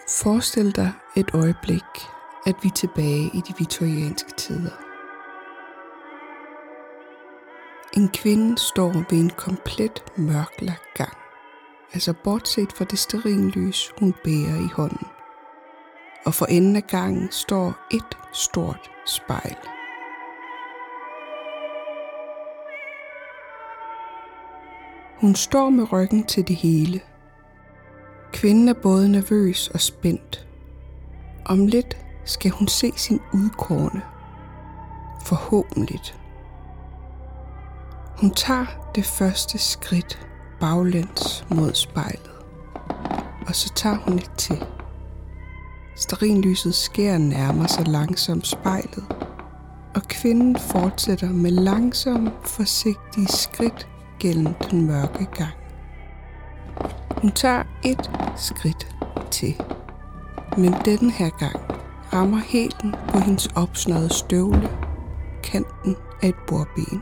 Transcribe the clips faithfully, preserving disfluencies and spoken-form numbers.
Forestil dig et øjeblik, at vi er tilbage i de victorianske tider. En kvinde står ved en komplet mørklagt gang, altså bortset fra det stearinlys, hun bærer i hånden. Og for enden af gangen står et stort spejl. Hun står med ryggen til det hele. Kvinden er både nervøs og spændt. Om lidt skal hun se sin udkårne. Forhåbentlig. Hun tager det første skridt baglæns mod spejlet. Og så tager hun et til. Stearinlyset skærer nærmer sig langsomt spejlet. Og kvinden fortsætter med langsomme, forsigtige skridt gennem den mørke gang. Hun tager et skridt til, men denne her gang rammer hælen på hendes opsnørrede støvle kanten af et bordben.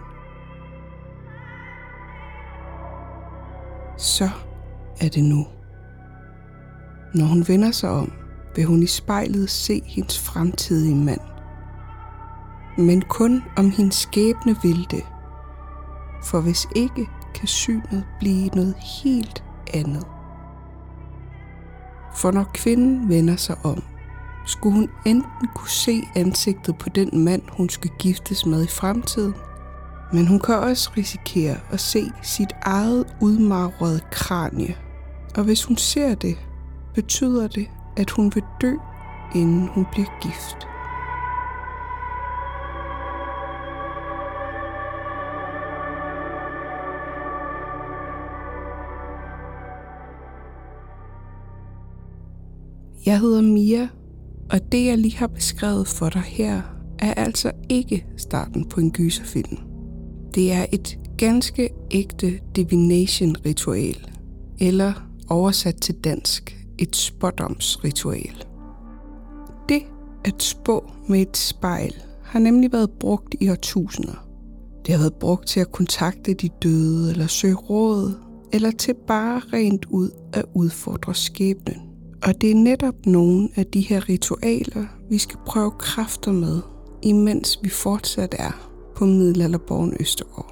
Så er det nu. Når hun vender sig om, vil hun i spejlet se hendes fremtidige mand. Men kun om hendes skæbne vil det. For hvis ikke, kan synet blive noget helt andet. For når kvinden vender sig om, skulle hun enten kunne se ansigtet på den mand, hun skal giftes med i fremtiden, men hun kan også risikere at se sit eget udmarrede kranie. Og hvis hun ser det, betyder det, at hun vil dø, inden hun bliver gift. Jeg hedder Mia, og det jeg lige har beskrevet for dig her, er altså ikke starten på en gyserfilm. Det er et ganske ægte divination-ritual, eller oversat til dansk, et spådomsritual. Det at spå med et spejl har nemlig været brugt i årtusinder. Det har været brugt til at kontakte de døde, eller søge råd, eller til bare rent ud at udfordre skæbnen. Og det er netop nogle af de her ritualer, vi skal prøve kræfter med, imens vi fortsat er på middelalderborgen Østergaard.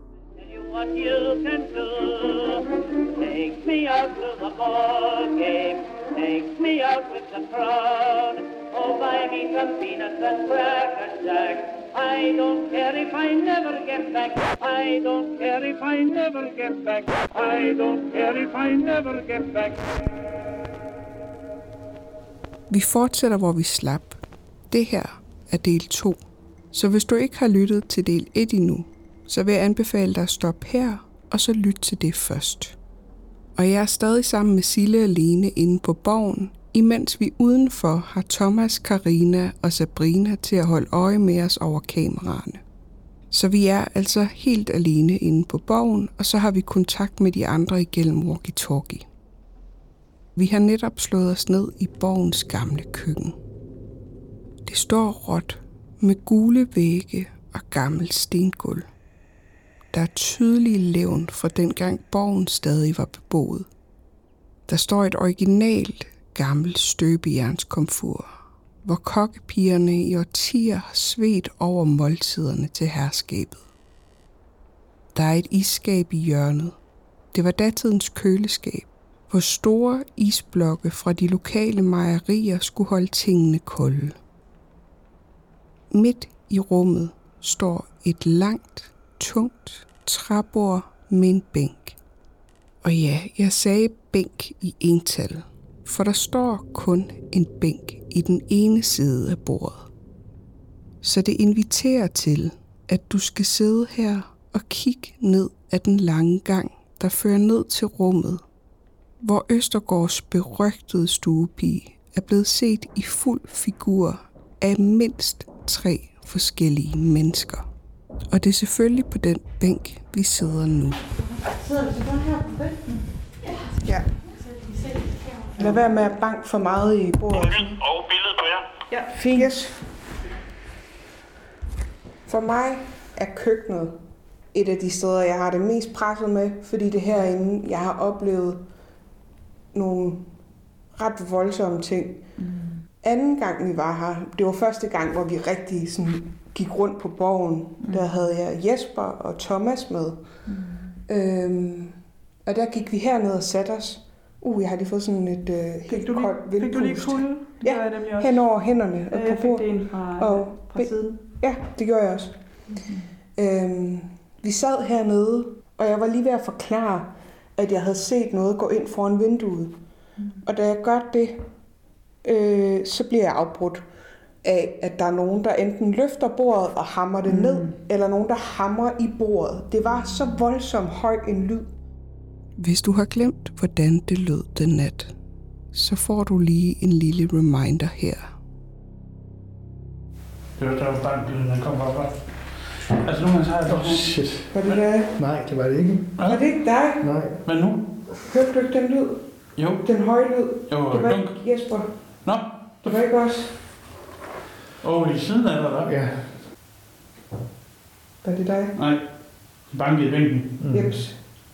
I don't care if I never get back. I don't care if I never get back. I don't care if I never get back. Vi fortsætter, hvor vi slap. Det her er del to. Så hvis du ikke har lyttet til del et endnu, så vil jeg anbefale dig at stoppe her, og så lytte til det først. Og jeg er stadig sammen med Sille og Lene inde på borgen, imens vi udenfor har Thomas, Karina og Sabrina til at holde øje med os over kameraerne. Så vi er altså helt alene inde på borgen, og så har vi kontakt med de andre igennem walkie-talkie. Vi har netop slået os ned i borgens gamle køkken. Det står råt med gule vægge og gammelt stengulv. Der er tydelige levn fra dengang borgen stadig var beboet. Der står et originalt gammelt støbejernskomfur, hvor kokkepigerne i årtier har svedt over måltiderne til herskabet. Der er et isskab i hjørnet. Det var datidens køleskab, hvor store isblokke fra de lokale mejerier skulle holde tingene kolde. Midt i rummet står et langt, tungt træbord med en bænk. Og ja, jeg sagde bænk i ental, for der står kun en bænk i den ene side af bordet. Så det inviterer til, at du skal sidde her og kigge ned ad den lange gang, der fører ned til rummet, hvor Østergaards berygtede stuepige er blevet set i fuld figur af mindst tre forskellige mennesker. Og det er selvfølgelig på den bænk, vi sidder nu. Sidder du så kun her på bænken? Ja. Lad være med at banke for meget i bordet. Og billedet på jer. Ja, fint. Yes. For mig er køkkenet et af de steder, jeg har det mest presset med, fordi det herinde, jeg har oplevet nogle ret voldsomme ting. Mm. Anden gang vi var her, det var første gang, hvor vi rigtig sådan gik rundt på borgen. Mm. Der havde jeg Jesper og Thomas med. Mm. Øhm, og der gik vi herned og satte os. Uh, jeg har lige fået sådan et øh, helt lige, koldt vindpust. Fik du lige kulde? Ja, hen over hænderne. Og jeg fik det en fra, og, fra siden. Ja, det gjorde jeg også. Mm-hmm. Øhm, vi sad hernede, og jeg var lige ved at forklare, at jeg havde set noget gå ind foran vinduet. Mm. Og da jeg gør det, øh, så bliver jeg afbrudt af, at der er nogen, der enten løfter bordet og hammer det mm. ned, eller nogen, der hamrer i bordet. Det var så voldsomt høj en lyd. Hvis du har glemt, hvordan det lød den nat, så får du lige en lille reminder her. Det var der banken, der kom op. Altså nu har jeg... Åh, oh, shit. Var det dig? Nej, det var det ikke. Var det ikke dig? Nej. Men nu? Hørte du ikke den lyd? Jo. Den høje lyd? Jo, det var dunk. ikke Jesper. Nå. Det var ikke os. Åh, oh, i siden af dig, der? Ja. Var det dig? Nej. Banke i bænken. Mm. Jeps.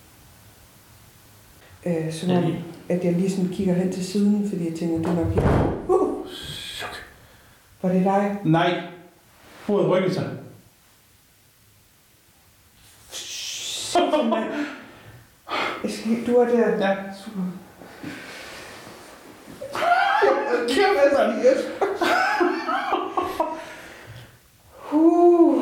Øh, så var det, at jeg lige sådan kigger hen til siden, fordi jeg tænker, det er nok helt... Uh! Var det dig? Nej. Bordet rykkede sig. Jeg skal, du er der. Ja. Super. Kæft, man. Uh.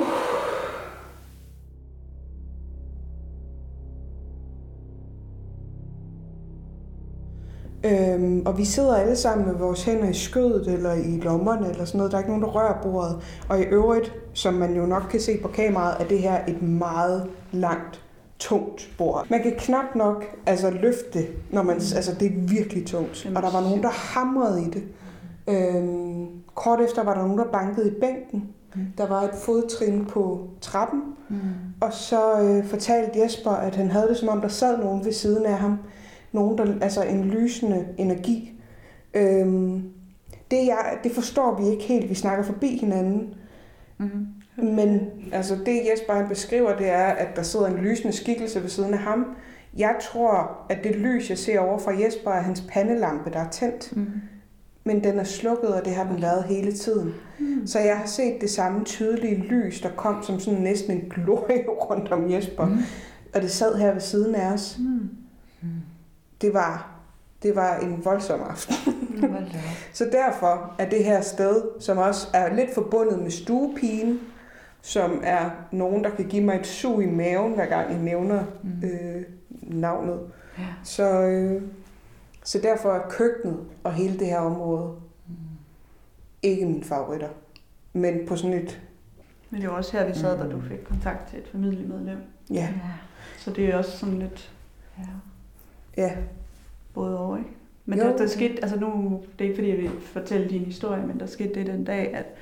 Øhm, og vi sidder alle sammen med vores hænder i skødet eller i lommerne eller sådan noget. Der er ikke nogen, der rører bordet. Og i øvrigt, som man jo nok kan se på kameraet, er det her et meget langt, tungt bord. Man kan knap nok altså, løfte det, når man, altså det er virkelig tungt. Og der var nogen, der hamrede i det. Øhm, kort efter var der nogen, der bankede i bænken. Der var et fodtrin på trappen. Mm. Og så øh, fortalte Jesper, at han havde det, som om der sad nogen ved siden af ham. Nogen, der, altså en lysende energi. Øhm, det, jeg, det forstår vi ikke helt. Vi snakker forbi hinanden. Mm. Men altså, det Jesper han beskriver, det er, at der sidder en lysende skikkelse ved siden af ham. Jeg tror, at det lys, jeg ser over fra Jesper, er hans pandelampe, der er tændt. Mm. Men den er slukket, og det har den været hele tiden. Mm. Så jeg har set det samme tydelige lys, der kom som sådan næsten en glorie rundt om Jesper. Mm. Og det sad her ved siden af os. Mm. Mm. Det var, det var en voldsom aften. Så derfor er det her sted, som også er lidt forbundet med stuepigen, som er nogen, der kan give mig et sug i maven, hver gang jeg nævner mm. øh, navnet. Ja. Så, øh, så derfor er køkkenet og hele det her område mm. ikke mine favoritter. Men på sådan et... Men det var også her, vi sad, da du fik kontakt til et familiemedlem. Ja. ja. Så det er også sådan lidt... Ja. Ja. Både over, ikke? Men der, der skete, altså nu, det er ikke fordi, jeg vil fortælle din historie, men der skete det den dag, at,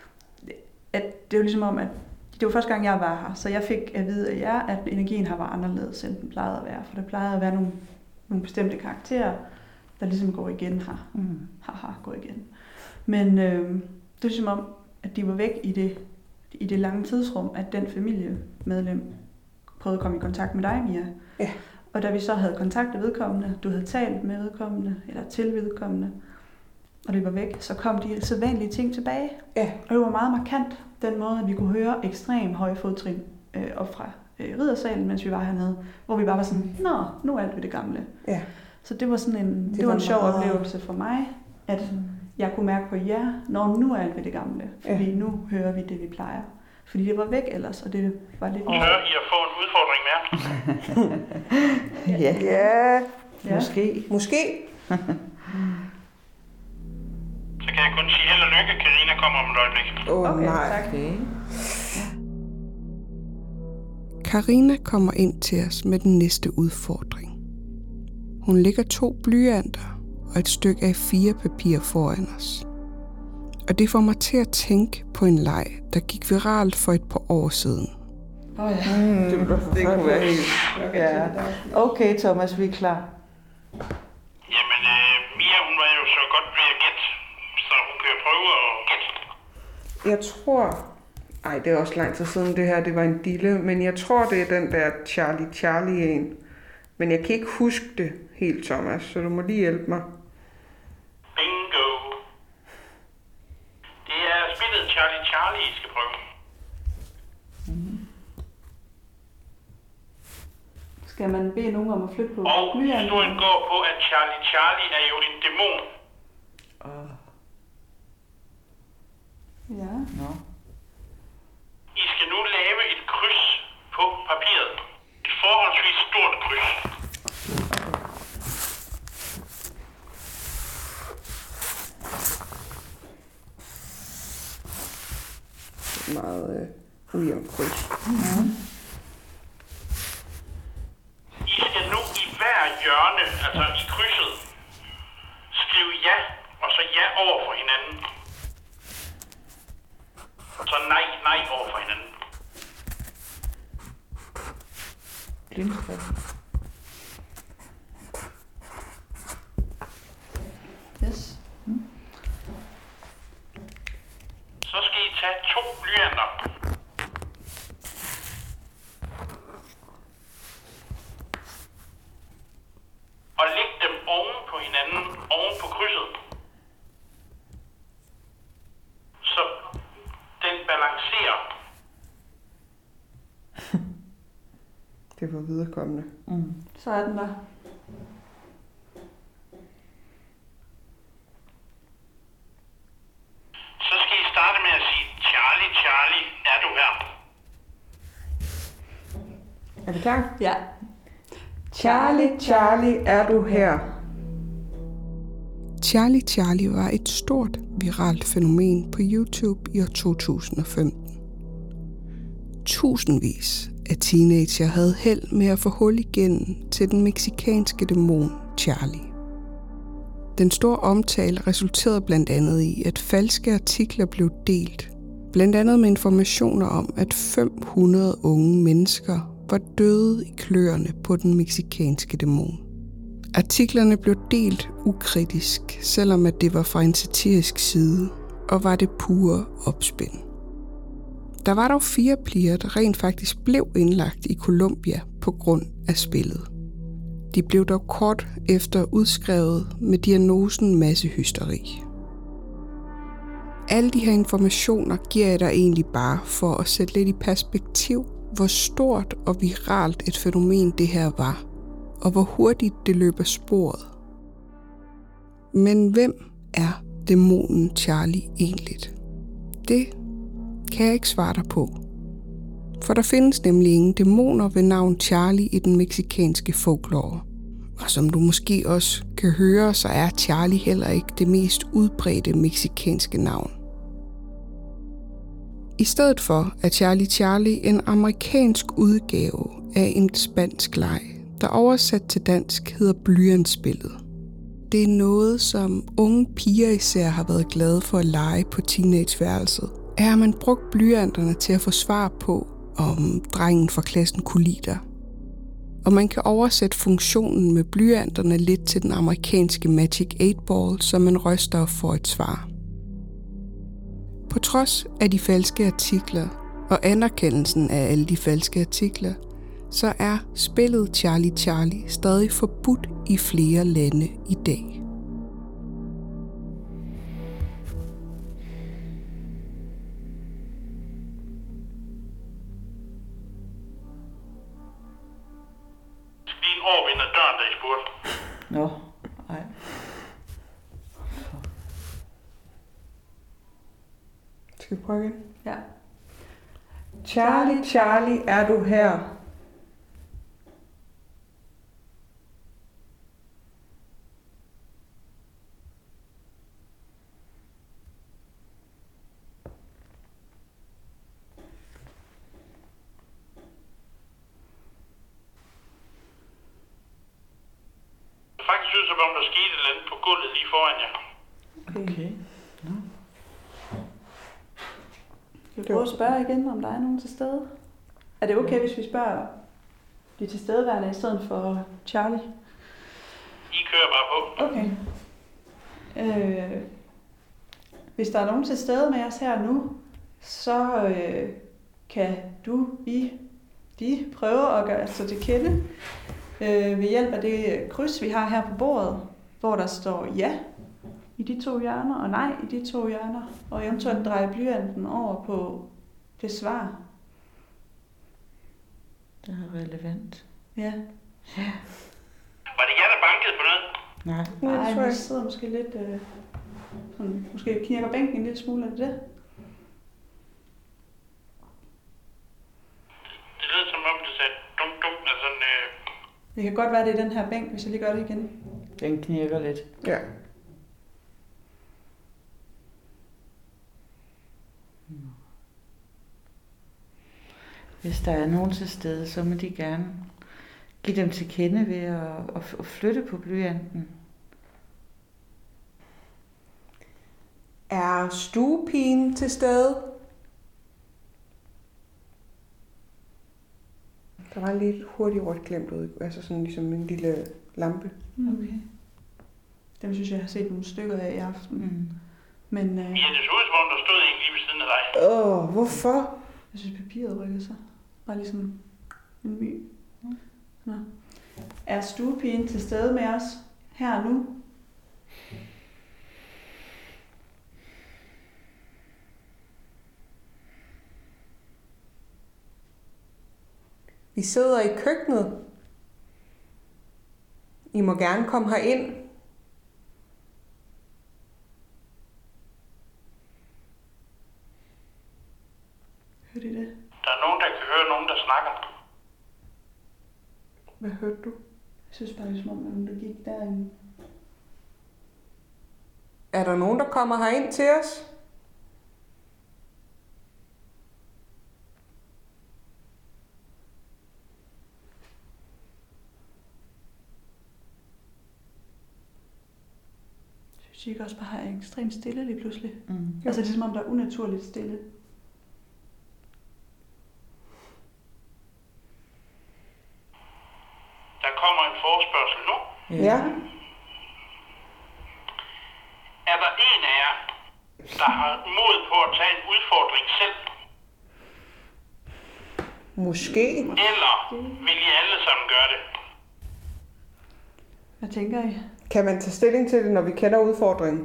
at det var ligesom om, at det var første gang, jeg var her, så jeg fik at vide af jer, at energien her var anderledes, end den plejede at være. For der plejede at være nogle, nogle bestemte karakterer, der ligesom går igen her. Mm. Haha, går igen. Men øh, det var ligesom om, at de var væk i det, i det lange tidsrum, at den familiemedlem prøvede at komme i kontakt med dig, Mia. Ja. Og da vi så havde kontaktet vedkommende, du havde talt med vedkommende, eller til vedkommende, og det var væk, så kom de sædvanlige ting tilbage. Ja. Og det var meget markant, den måde, at vi kunne høre ekstrem høje fodtrin øh, op fra øh, riddersalen, mens vi var hernede, hvor vi bare var sådan, nå, nu er alt ved det gamle. Ja. Så det var sådan en, det, det var en sjov meget... oplevelse for mig, at mm. jeg kunne mærke på jer, når nu er alt ved det gamle, fordi ja. Nu hører vi det, vi plejer. Fordi det var væk ellers, og det var lidt... I hører, I har fået en udfordring mere. ja. ja, måske. Måske. Så kan jeg kun sige held og lykke. Karina kommer om et øjeblik. Åh, oh, okay, nej. Tak. Okay. Karina kommer ind til os med den næste udfordring. Hun lægger to blyanter og et stykke A fire papir foran os. Og det får mig til at tænke på en leg, der gik viralt for et par år siden. Åh oh, ja, mm, det, det kunne være helt... Ja. Okay, Thomas, vi er klar. Jamen, øh, Mia, hun var jo så godt ved at gætte, så hun kan prøve at gætte. Jeg tror... Ej, det er også lang tid siden det her, det var en dille, men jeg tror, det er den der Charlie Charlie en. Men jeg kan ikke huske det helt, Thomas, så du må lige hjælpe mig. Skal man bede nogen om at flytte på Og blyanten? historien går på, at Charlie Charlie er jo en dæmon. Åh, Ja. nå. I skal nu lave et kryds på papiret. Et forholdsvis stort kryds. Meget øh, ujævnt kryds. I skal nu i hver hjørne, altså i krydset, skrive ja, og så ja over for hinanden. Og så nej, nej over for hinanden. Blindskrift. Yes. Så skal I tage to blyanter. Og læg dem oven på hinanden, oven på krydset. Så den balancerer. Det var viderekommende. Mm. Så er den der. Så skal I starte med at sige, Charlie, Charlie, er du her? Er vi klar? Ja. Charlie, Charlie, er du her? Charlie Charlie var et stort viralt fænomen på YouTube i år to tusind og femten. Tusindvis af teenager havde held med at få hul igennem til den meksikanske dæmon Charlie. Den store omtale resulterede blandt andet i, at falske artikler blev delt, blandt andet med informationer om, at fem hundrede unge mennesker var døde i kløerne på den meksikanske dæmon. Artiklerne blev delt ukritisk, selvom at det var fra en satirisk side, og var det pure opspind. Der var dog fire piger, der rent faktisk blev indlagt i Colombia på grund af spillet. De blev dog kort efter udskrevet med diagnosen massehysteri. Alle de her informationer giver jeg dig egentlig bare for at sætte lidt i perspektiv, hvor stort og viralt et fænomen det her var, og hvor hurtigt det løb af sporet. Men hvem er dæmonen Charlie egentlig? Det kan jeg ikke svare dig på. For der findes nemlig ingen dæmoner ved navn Charlie i den meksikanske folklore. Og som du måske også kan høre, så er Charlie heller ikke det mest udbredte meksikanske navn. I stedet for er Charlie Charlie en amerikansk udgave af en spansk leg, der oversat til dansk hedder blyantsspillet. Det er noget, som unge piger især har været glade for at lege på teenageværelset. Er man brugt blyanterne til at få svar på, om drengen fra klassen kunne lide dig. Og man kan oversætte funktionen med blyanterne lidt til den amerikanske Magic otte Ball, så man ryster og får et svar. På trods af de falske artikler og anerkendelsen af alle de falske artikler, så er spillet Charlie Charlie stadig forbudt i flere lande i dag. Lige en overvind af døren, da I spurgte. Nå, ej. Skal vi prøve igen? Ja. Charlie, Charlie, er du her? Faktisk synes jeg, som om der skete et eller andet på gulvet lige foran jer. Okay. Nå. Skal vi prøve at spørge igen, om der er nogen til stede? Er det okay, hvis vi spørger de tilstedeværende i stedet for Charlie? I kører bare på. Okay. Øh, hvis der er nogen til stede med os her nu, så øh, kan du, I, de prøve at gøre sig til kende øh, ved hjælp af det kryds, vi har her på bordet, hvor der står ja i de to hjørner, og nej i de to hjørner, og eventuelt dreje blyanten over på det svar. Det er relevant. Ja. Var det jer, der bankede på noget? Nej. Nej, tror jeg vi ikke. sidder måske lidt... Øh, sådan, måske knirker bænken en lille smule, er det det? Det lød som om, det sagde dum dum, altså sådan, øh... Det kan godt være, det er den her bænk, hvis jeg lige gør det igen. Den knirker lidt. Ja. Hvis der er nogen til stede, så må de gerne give dem til kende ved at, at, at flytte på blyanten. Er stuepigen til stede? Der var lige et hurtigt ord glemt ud, altså sådan ligesom en lille lampe. Okay. Dem synes jeg, jeg har set nogle stykker af i aften. Mm. Men øh, Ja, det så ud, som om der stod en lige ved siden af dig. Åh, oh, hvorfor? jeg synes, papiret rykker sig. Bare ligesom en my. Nå. Er stuepigen til stede med os her og nu? Vi sidder i køkkenet. I må gerne komme herind. Hørte I det? Der er nogen, der kan høre nogen, der snakker. Hvad hørte du? Jeg synes bare, det er som om, nogen, der gik derinde. Er der nogen, der kommer herind til os? Synes I ikke også bare er ekstremt stille lige pludselig? Mm. Altså det er som om, der er unaturligt stille. Der kommer en forespørgsel nu. Ja. Er der en af jer, der har mod på at tage en udfordring selv? Måske. Eller vil I alle sammen gøre det? Hvad tænker I? Kan man tage stilling til det, når vi kender udfordringen?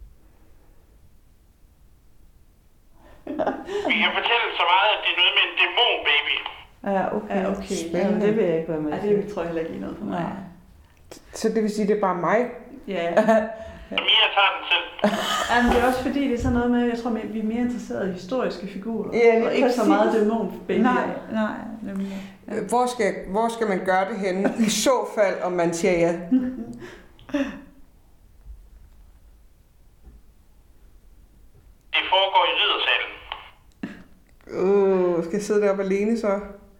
Vi kan fortælle så meget, at det er noget med en dæmon, baby. Ja, okay. Ja, okay. Jamen, det vil jeg ikke være med Ej, til. det tror jeg heller ikke noget for mig. Nej. Så det vil sige, det er bare mig? Ja. Og Mia tager den selv. Jamen, det er også fordi, det er sådan noget med, jeg tror, vi er mere interesseret i historiske figurer. Ja, lige og ikke så præcis. meget dæmon. Nej, nej. Nemlig. Ja. Hvor, skal, hvor skal man gøre det henne? I så fald, om man siger ja. Det foregår i riddersalen. Uh, skal jeg sidde deroppe alene så?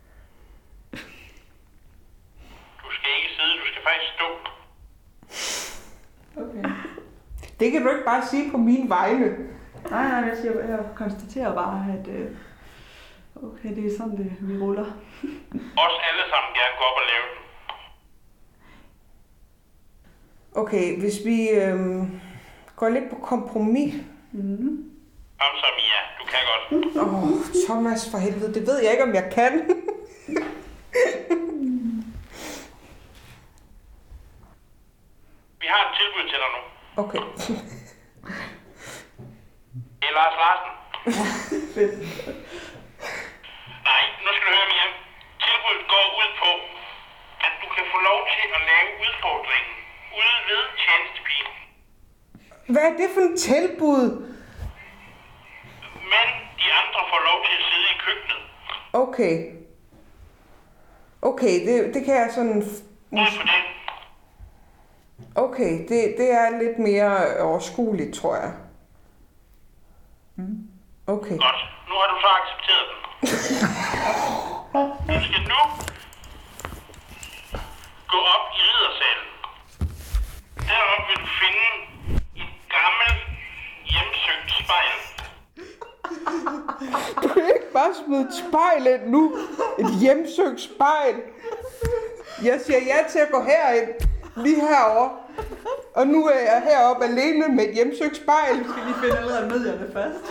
Du skal ikke sidde, du skal faktisk stå. Okay. Det kan du ikke bare sige på mine vegne. Nej, nej, jeg, siger, jeg konstaterer bare, at øh, okay, det er sådan, det, vi ruller. Os alle sammen gerne gå op og lave den. Okay, hvis vi øh, går lidt på kompromis. Mm-hmm. Kom så, Mia. Du kan godt. Åh, oh, Thomas, for helvede, det ved jeg ikke, om jeg kan. Vi har et tilbud til dig nu. Okay. Det er Lars Larsen. Nej, nu skal du høre, Mia. Tilbuddet går ud på, at du kan få lov til at lave udfordringen ude ved tjenestepigen. Hvad er det for et tilbud? Men de andre får lov til at sidde i køkkenet. Okay. Okay, det, det kan jeg sådan... Ud på det. Okay, det, det er lidt mere overskueligt, tror jeg. Okay. Godt. Nu har du så accepteret den. Du skal nu gå op i riddersalen. Deroppe vil du finde et gammelt hjemsøgt spejl. Du kan ikke bare smide et spejl ind nu. Et hjemsøgt spejl. Jeg siger ja til at gå herind. Lige herover. Og nu er jeg heroppe alene med et hjemsøgt spejl. Vi skal lige finde alle remedierne først.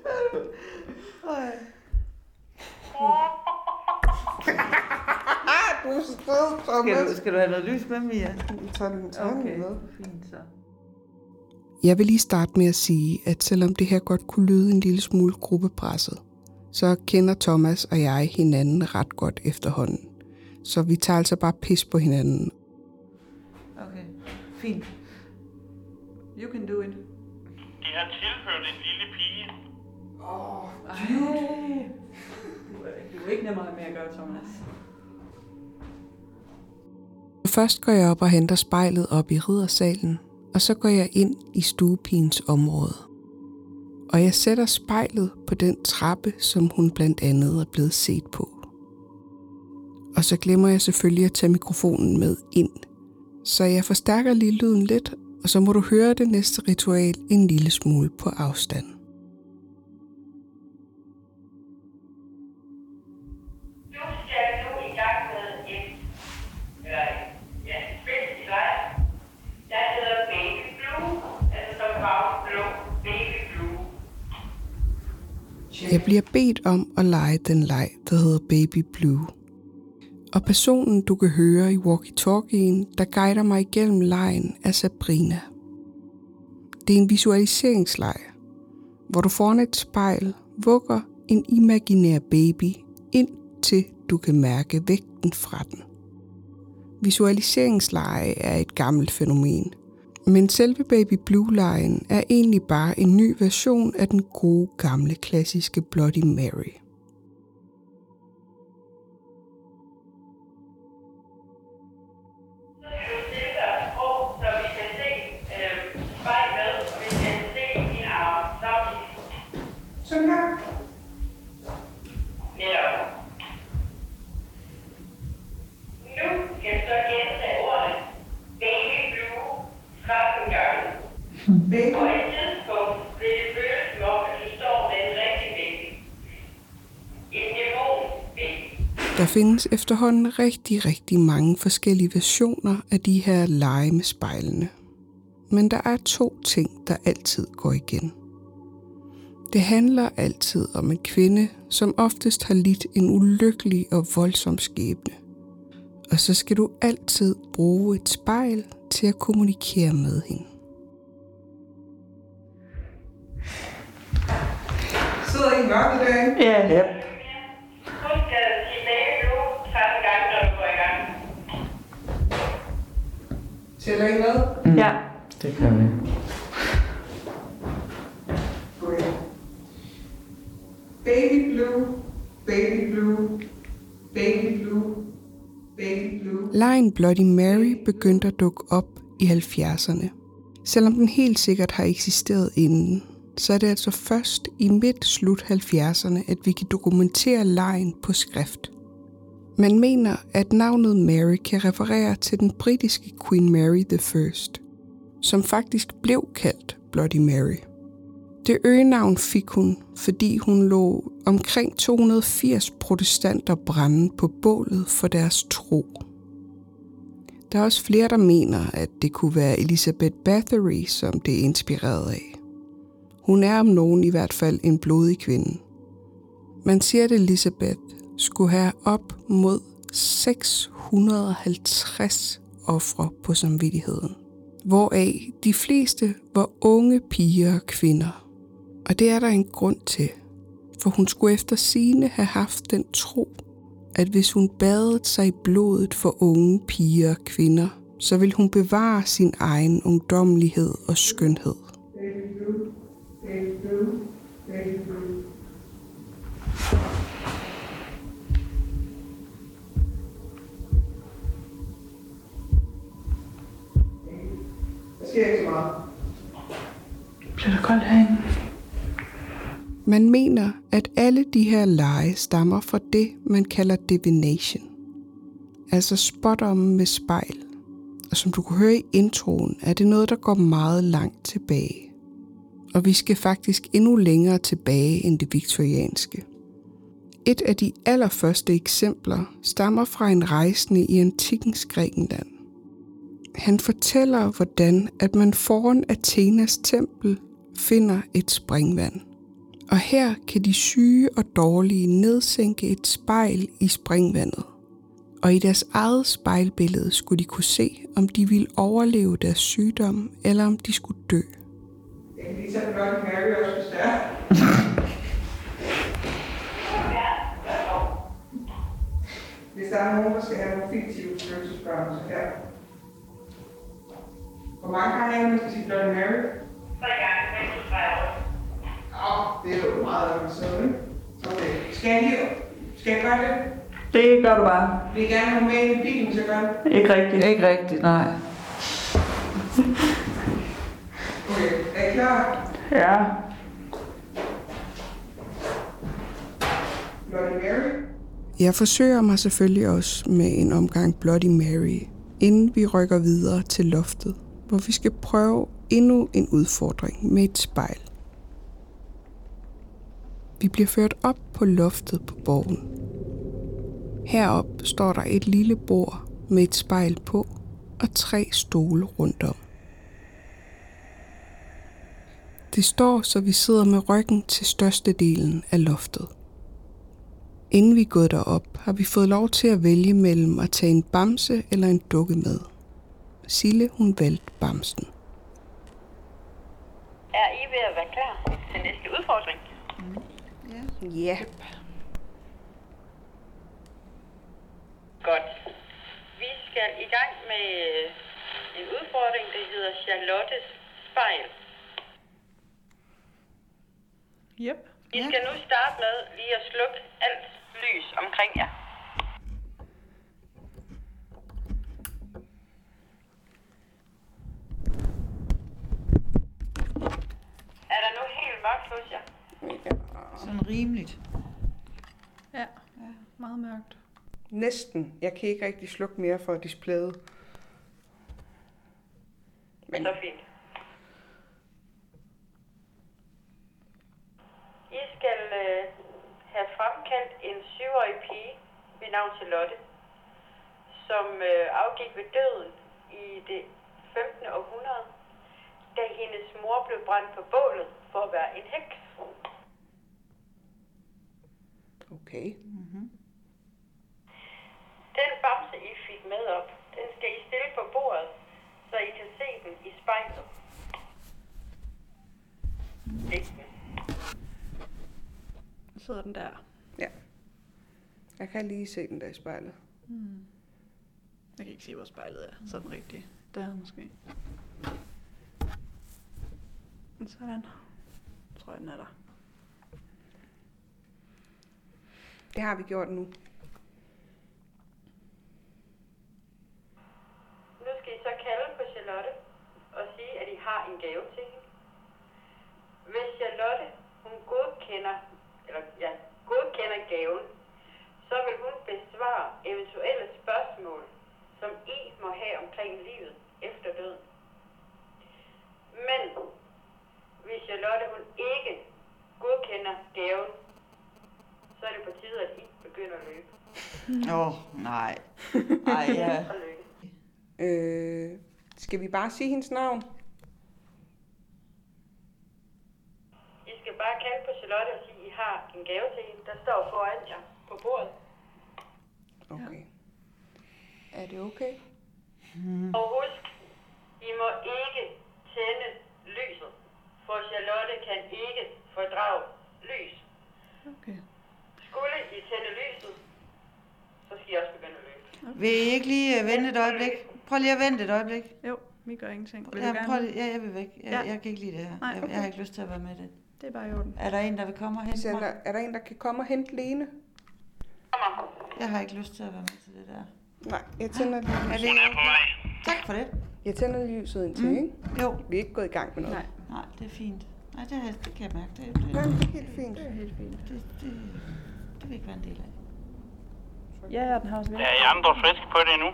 Du er sød, Skal Thomas. du, skal du have noget lys med, Mia? Tag den, tag den Okay, med. fint så. Jeg vil lige starte med at sige, at selvom det her godt kunne lyde en lille smule gruppepresset, så kender Thomas og jeg hinanden ret godt efterhånden. så vi tager altså bare pis på hinanden. Okay, fint. You can do it. Det har tilhørt en lille pige. Åh, oh, dude. Du er ikke nemmere med at gøre, Thomas. Først går jeg op og henter spejlet op i riddersalen, og så går jeg ind i stuepigens område. Og jeg sætter spejlet på den trappe, som hun blandt andet er blevet set på. Og så glemmer jeg selvfølgelig at tage mikrofonen med ind. Så jeg forstærker lige lyden lidt, og så må du høre det næste ritual en lille smule på afstand. Nu skal du i gang med et, eller ja, et spil i leg, der hedder Baby Blue, altså som farve blå, Baby Blue. Jeg bliver bedt om at lege den leg, der hedder Baby Blue. Og personen, du kan høre i walkie-talkien, der guider mig igennem legen, er Sabrina. Det er en visualiseringsleg, hvor du foran et spejl vugger en imaginær baby, indtil du kan mærke vægten fra den. Visualiseringslege er et gammelt fænomen, men selve Baby Blue-legen er egentlig bare en ny version af den gode gamle klassiske Bloody Mary. Sådan her. Netop. Nu skal du så gentage ordet Baby Blue tretten gange. På et tidspunkt vil det føles som om, at du står med en rigtig baby. En dæmon-baby. Der findes efterhånden rigtig, rigtig mange forskellige versioner af de her lege med spejlene. Men der er to ting, der altid går igen. Det handler altid om en kvinde, som oftest har lidt en ulykkelig og voldsom skæbne. Og så skal du altid bruge et spejl til at kommunikere med hende. Sidder I i mørket i dag? Ja. Ja. Hun skal sige Baby Blue tretten gange, når du går i gang. Tæller I med? Mm. Ja. Det gør vi. Okay. Baby Blue, Baby Blue, Baby Blue, Baby Blue. Legen Bloody Mary begyndte at dukke op i halvfjerdserne. Selvom den helt sikkert har eksisteret inden, så er det altså først i midt-slut halvfjerdserne, at vi kan dokumentere legen på skrift. Man mener, at navnet Mary kan referere til den britiske Queen Mary the First, som faktisk blev kaldt Bloody Mary. Det øgenavn fik hun, fordi hun lå omkring to hundrede og firs protestanter brænde på bålet for deres tro. Der er også flere, der mener, at det kunne være Elizabeth Bathory, som det er inspireret af. Hun er om nogen i hvert fald en blodig kvinde. Man siger, at Elizabeth skulle have op mod seks hundrede og halvtreds ofre på samvittigheden, hvoraf de fleste var unge piger og kvinder. Og det er der en grund til, for hun skulle efter sigende have haft den tro, at hvis hun badede sig i blodet for unge piger og kvinder, så ville hun bevare sin egen ungdommelighed og skønhed. Baby Blue, Baby Blue, Baby Blue. Der sker ikke så meget. Bliver der koldt herinde? Man mener, at alle de her lege stammer fra det, man kalder divination, altså spådommen med spejl. Og som du kunne høre i introen, er det noget, der går meget langt tilbage. Og vi skal faktisk endnu længere tilbage end det viktorianske. Et af de allerførste eksempler stammer fra en rejsende i antikkens Grækenland. Han fortæller, hvordan at man foran Athenas tempel finder et springvand. Og her kan de syge og dårlige nedsænke et spejl i springvandet. Og i deres eget spejlbillede skulle de kunne se, om de ville overleve deres sygdom, eller om de skulle dø. Jeg kan lige tage Bloody Mary også, hvis det er. Hvis der er nogen, der skal have nogle fiktive fødselsbørn, så her. Hvor mange har jeg, man skal sige Bloody Mary? Så er jeg i gang med tredive. Åh, det er jo meget avanceret, ikke? Okay. Skal jeg lige... Skal jeg gøre det? Det gør du bare. Vil I gerne have med i bilen, så gør det? Ikke rigtigt. Ikke rigtigt, nej. Okay, er I klar? Ja. Bloody Mary? Jeg forsøger mig selvfølgelig også med en omgang Bloody Mary, inden vi rykker videre til loftet, hvor vi skal prøve endnu en udfordring med et spejl. Vi bliver ført op på loftet på borgen. Herop står der et lille bord med et spejl på og tre stole rundt om. Det står, så vi sidder med ryggen til størstedelen af loftet. Inden vi er gået derop, har vi fået lov til at vælge mellem at tage en bamse eller en dukke med. Sille, hun valgte bamsen. Er I ved at være klar til næste udfordring? Ja. Godt. Vi skal i gang med en udfordring, der hedder Charlottes spejl. Yep. I skal nu starte med lige at slukke alt lys omkring jer. Er der nu helt mørkt hos jer? Sådan rimeligt. Ja. Ja, meget mørkt. Næsten. Jeg kan ikke rigtig slukke mere for displayet. Men... Så fint. I skal øh, have fremkaldt en syvårig pige ved navn Charlotte, som øh, afgik ved døden i det femtende århundrede, da hendes mor blev brændt på bålet for at være en heks. Okay. Mm-hmm. Den bamse, I fik med op, den skal I stille på bordet, så I kan se den i spejlet. Digten. Så sidder den der. Ja. Jeg kan lige se den der i spejlet. Hmm. Jeg kan ikke se, hvor spejlet er. Sådan rigtigt. Der måske. Sådan. Jeg tror, den er der. Det har vi gjort nu. Nu skal I så kalde på Charlotte og sige, at I har en gave til hende. Hvis Charlotte, hun godkender, eller ja, godkender gaven, så vil hun besvare eventuelle spørgsmål, som I må have omkring livet efter døden. Men hvis Charlotte, hun ikke godkender gaven, så er det på tide, at I begynder at løbe. Åh, oh, nej. Ej, ja. Og løbe. Øh, skal vi bare sige hendes navn? I skal bare kalde på Charlotte og sige, at I har en gave til hende, der står foran jer på bordet. Okay. Ja. Er det okay? Hmm. Og husk, I må ikke tænde lyset, for Charlotte kan ikke fordrage lys. Okay. Skulle I tænde lyset, så skal I også begynde at løbe. Okay. Vil I ikke lige uh, vente et øjeblik? Prøv lige at vente et øjeblik. Jo, vi gør ingenting. Vil Ja, du gerne? prøv lige. Ja, jeg vil væk. Jeg, Ja. jeg kan ikke lide det her. Nej, jeg, okay. jeg har ikke lyst til at være med i det. Det er bare i orden. Er der en, der vil komme og hente Sender, mig? er der en, der kan komme og hente Lene? Kommer. Jeg har ikke lyst til at være med til det der. Nej, jeg tænder lige. Er det Hun er på vej. Tak for det. Jeg tænder lige lyset indtil, Mm. ikke? Jo. Vi er ikke gået i gang med noget. Nej. Nej, det er fint. Nej, det, er- det kan jeg mærke. Det, det, Nej, det, det er helt fint. Det er helt fint. det, det, det vil ikke være en del af. Ja, ja, den har også været. Er I andre friske på det nu?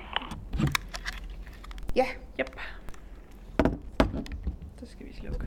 Ja. Yep. Så skal vi slukke.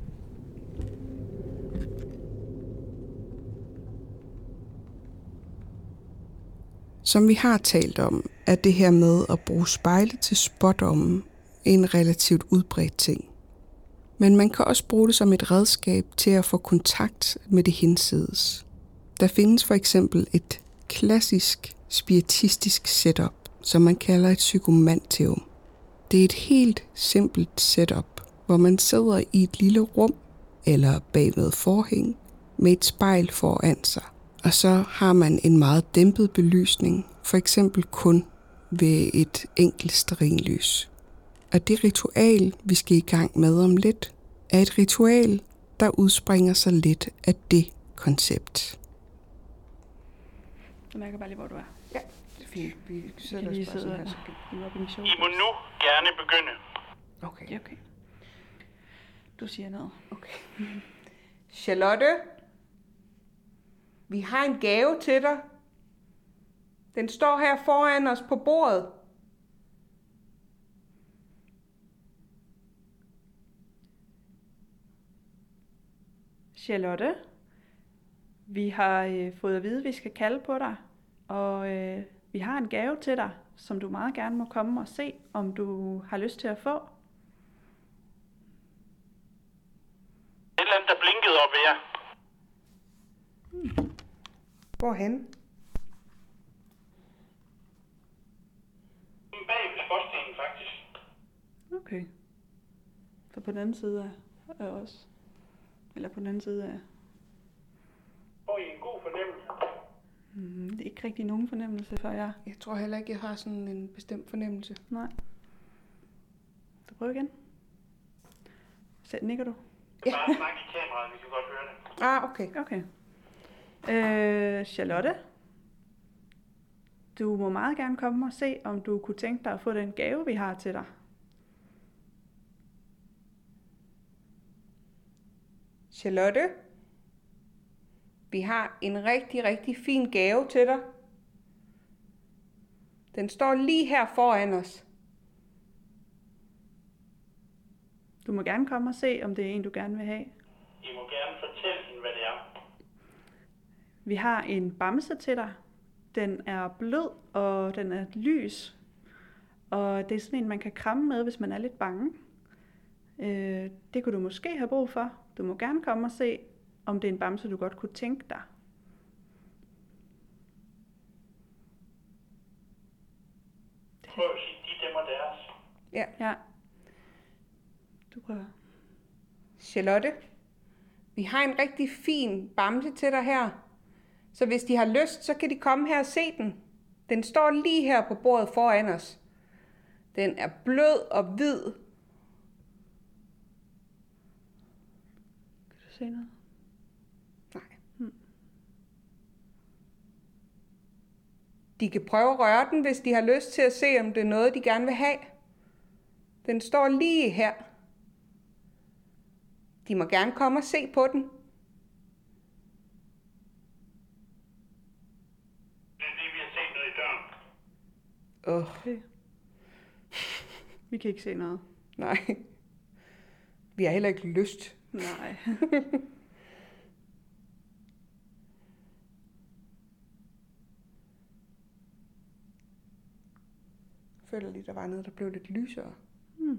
Som vi har talt om, er det her med at bruge spejle til spådomme en relativt udbredt ting. Men man kan også bruge det som et redskab til at få kontakt med det hinsides. Der findes for eksempel et klassisk spiritistisk setup, som man kalder et psykomantium. Det er et helt simpelt setup, hvor man sidder i et lille rum eller bagved forhæng med et spejl foran sig. Og så har man en meget dæmpet belysning, for eksempel kun ved et enkelt stearinlys. Og det ritual, vi skal i gang med om lidt, er et ritual, der udspringer sig lidt af det koncept. Du mærker bare lige, hvor du er. Ja, det er fint. Vi sætter Vi os bare sådan her. sidder Så oppe i en show. I må nu gerne begynde. Okay. Ja, okay. Du siger noget. Okay. Charlotte, vi har en gave til dig. Den står her foran os på bordet. Charlotte, vi har øh, fået at vide, at vi skal kalde på dig, og øh, vi har en gave til dig, som du meget gerne må komme og se, om du har lyst til at få. Et eller andet, der blinkede op ved jer. Hvorhen? Bag ved skorstenen, faktisk. Okay. Så på den anden side af, af os. Eller på den anden side af... Og i en god fornemmelse. Mm, det er ikke rigtig nogen fornemmelse for jer. Jeg tror heller ikke, jeg har sådan en bestemt fornemmelse. Nej. Så prøv igen. Så nikker du? Ja. Bare snak i kameraet, vi kan godt høre det. Ah, okay. Okay. Øh, Charlotte, du må meget gerne komme og se, om du kunne tænke dig at få den gave, vi har til dig. Charlotte, vi har en rigtig, rigtig fin gave til dig. Den står lige her foran os. Du må gerne komme og se, om det er en, du gerne vil have. I må gerne fortælle hende, hvad det er. Vi har en bamse til dig. Den er blød, og den er lys. Og det er sådan en, man kan kramme med, hvis man er lidt bange. Øh, det kunne du måske have brug for. Du må gerne komme og se, om det er en bamse, du godt kunne tænke dig. Prøv at sige, de dem og deres. Ja. Ja. Du prøver. Charlotte, vi har en rigtig fin bamse til dig her. Så hvis de har lyst, så kan de komme her og se den. Den står lige her på bordet foran os. Den er blød og hvid. Kan du se noget? Nej. Hmm. De kan prøve at røre den, hvis de har lyst til at se, om det er noget, de gerne vil have. Den står lige her. De må gerne komme og se på den. Det er det, vi har set nede i døren. Åh, Okay. Vi kan ikke se noget. nej. Vi har heller ikke lyst. Nej. Jeg føler lige, der var noget, der blev lidt lysere. Hmm.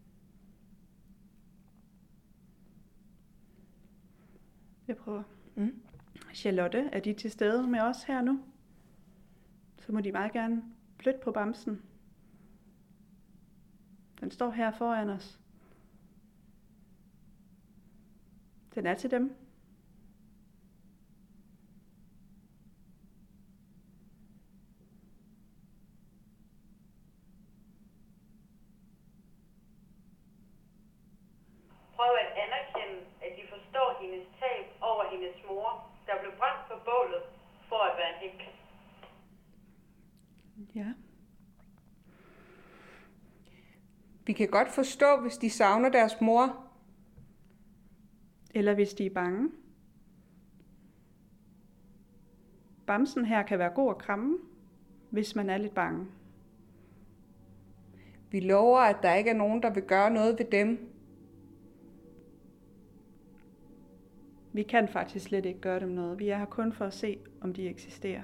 Jeg prøver. Mm. Charlotte, er de til stede med os her nu? Så må de meget gerne flytte på bamsen. Den står her foran os. Den er til dem. Prøv at anerkende, at de forstår hendes tab over hendes mor, der blev brændt på bålet for at være en hæk. Ja. Vi kan godt forstå, hvis de savner deres mor. Eller hvis de er bange. Bamsen her kan være god at kramme, hvis man er lidt bange. Vi lover, at der ikke er nogen, der vil gøre noget ved dem. Vi kan faktisk slet ikke gøre dem noget. Vi er her kun for at se, om de eksisterer.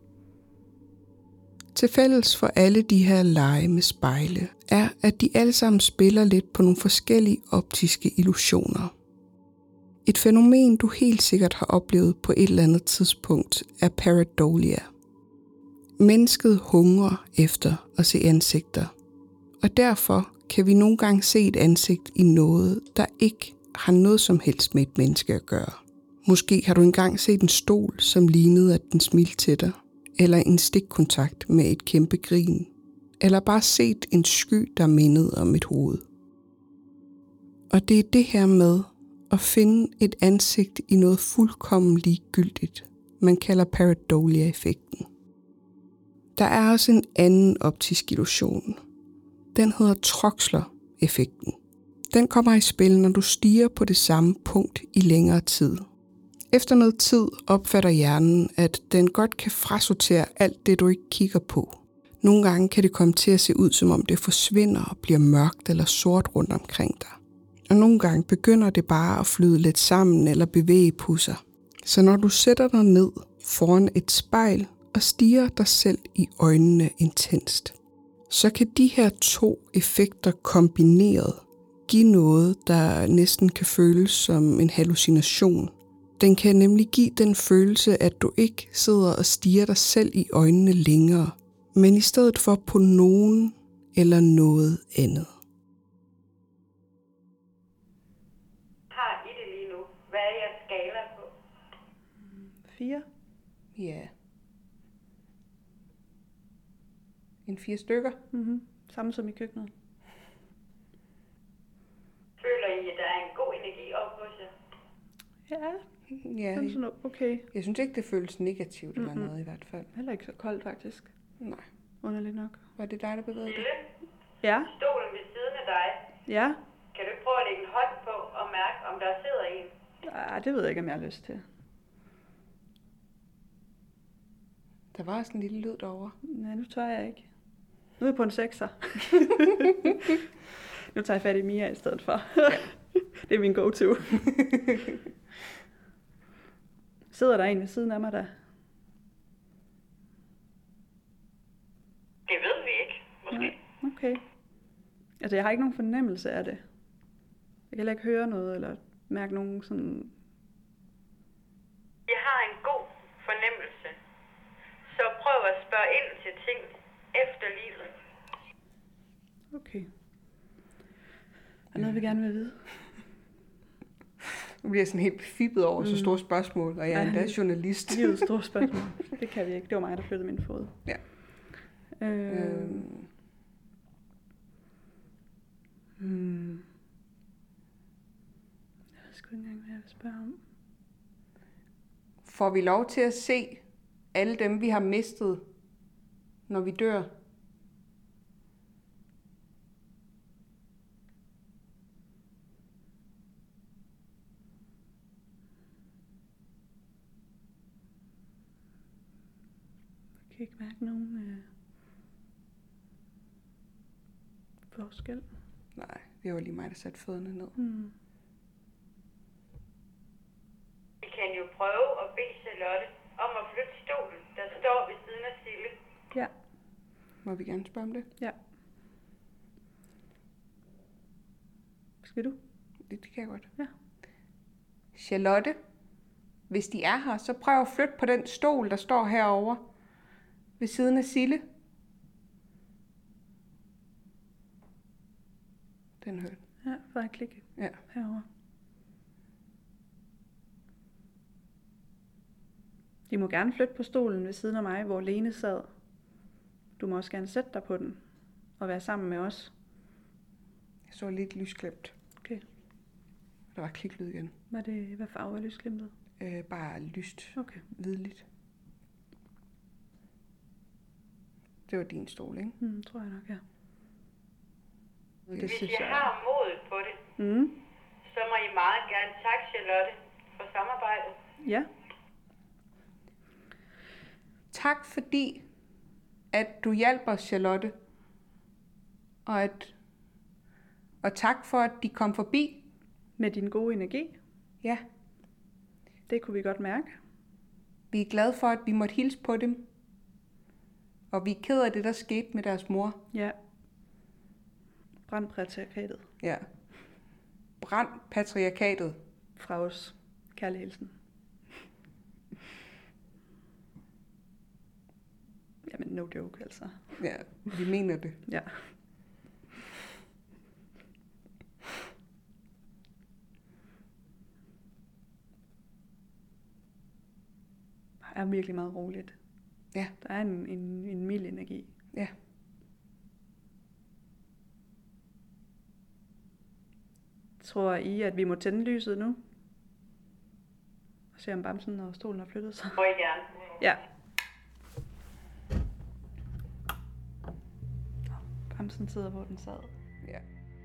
Til fælles for alle de her lege med spejle, er, at de alle sammen spiller lidt på nogle forskellige optiske illusioner. Et fænomen, du helt sikkert har oplevet på et eller andet tidspunkt, er pareidolia. Mennesket hungrer efter at se ansigter, og derfor kan vi nogle gange se et ansigt i noget, der ikke har noget som helst med et menneske at gøre. Måske har du engang set en stol, som lignede, at den smilte til dig, eller en stikkontakt med et kæmpe grin, eller bare set en sky, der mindede om et hoved. Og det er det her med at finde et ansigt i noget fuldkommen ligegyldigt, man kalder pareidolia-effekten. Der er også en anden optisk illusion. Den hedder Troxler-effekten. Den kommer i spil, når du stirrer på det samme punkt i længere tid. Efter noget tid opfatter hjernen, at den godt kan frasortere alt det, du ikke kigger på. Nogle gange kan det komme til at se ud, som om det forsvinder og bliver mørkt eller sort rundt omkring dig. Og nogle gange begynder det bare at flyde lidt sammen eller bevæge på sig. Så når du sætter dig ned foran et spejl og stirrer dig selv i øjnene intenst, så kan de her to effekter kombineret give noget, der næsten kan føles som en hallucination. Den kan nemlig give den følelse, at du ikke sidder og stirrer dig selv i øjnene længere, men i stedet for på nogen eller noget andet. Har I det lige nu? Hvad er jeres skala på? Fire. Ja. En fire stykker. Mm-hmm. Samme som i køkkenet. Føler I, at der er en god energi op hos jer? Ja, Ja, sådan sådan okay. jeg synes ikke, det føles negativt eller Mm-mm. noget i hvert fald. Heller ikke så koldt faktisk. Nej. Underligt nok. Var det dig, der bevægede dig? Lille, Ja, stolen ved siden af dig. ja. Kan du ikke prøve at lægge en hånd på og mærke, om der sidder en? Ah, det ved jeg ikke, om jeg har lyst til. Der var også en lille lyd derovre. Nej, nu tør jeg ikke. Nu er jeg på en sekser. Nu tager jeg fat i Mia i stedet for. Det er min go-to. Sidder der en ved siden af mig, der? Det ved vi ikke, måske. Ja, okay. Altså, jeg har ikke nogen fornemmelse af det. Jeg kan heller ikke høre noget, eller mærke nogen sådan... Jeg har en god fornemmelse. Så prøv at spørge ind til ting efter livet. Okay. Er der noget, vi gerne vil vide? Nu bliver jeg sådan helt fippet over mm. så store spørgsmål, og jeg er Ja. endda journalist. Livets store spørgsmål. Det kan vi ikke. Det var mig, der flyttede min fod. Ja. Øh, Øhm. hmm. Jeg ved sgu ikke engang, hvad jeg vil spørge om. Får vi lov til at se alle dem, vi har mistet, når vi dør? Jeg kan ikke mærke nogen øh, forskel. Nej, det var lige mig, der satte fødderne ned. Hmm. Vi kan jo prøve at bede Charlotte om at flytte stolen, der står ved siden af Sille. Ja, Må vi gerne spørge om det? ja. Skal du? Det, det kan jeg godt. Ja. Charlotte, hvis de er her, så prøv at flytte på den stol, der står herovre ved siden af Sille. Den hørte. Ja, bare klikke Ja. herovre. De må gerne flytte på stolen ved siden af mig, hvor Lene sad. Du må også gerne sætte dig på den og være sammen med os. Jeg så lidt lysklemt. Okay. Der var kliklyd igen. Var det, hvad farve er lysglimtet? Øh, bare lyst. Okay. Hvidligt. Det var din stol, ikke? Hmm, tror jeg nok, ja. Det Hvis synes I jeg. har modet på det, Mm. så må I meget gerne takke Charlotte for samarbejdet. Ja. Tak fordi, at du hjalp os, Charlotte. Og, at, og tak for, at de kom forbi. Med din gode energi. Ja, Det kunne vi godt mærke. vi er glade for, at vi måtte hilse på dem. Og vi er ked af det, der skete med deres mor. Ja. Brænd patriarkatet Ja. Brænd patriarkatet. fra os. Kærlig hilsen. Jamen, no joke, altså. Ja, vi mener det. Ja. Det er virkelig meget roligt. Ja. Der er en, en, en mild energi. Ja. Tror I, at vi må tænde lyset nu? Og se om bamsen og stolen har flyttet sig. Må I gerne. Ja. Bamsen sidder, hvor den sad. Ja.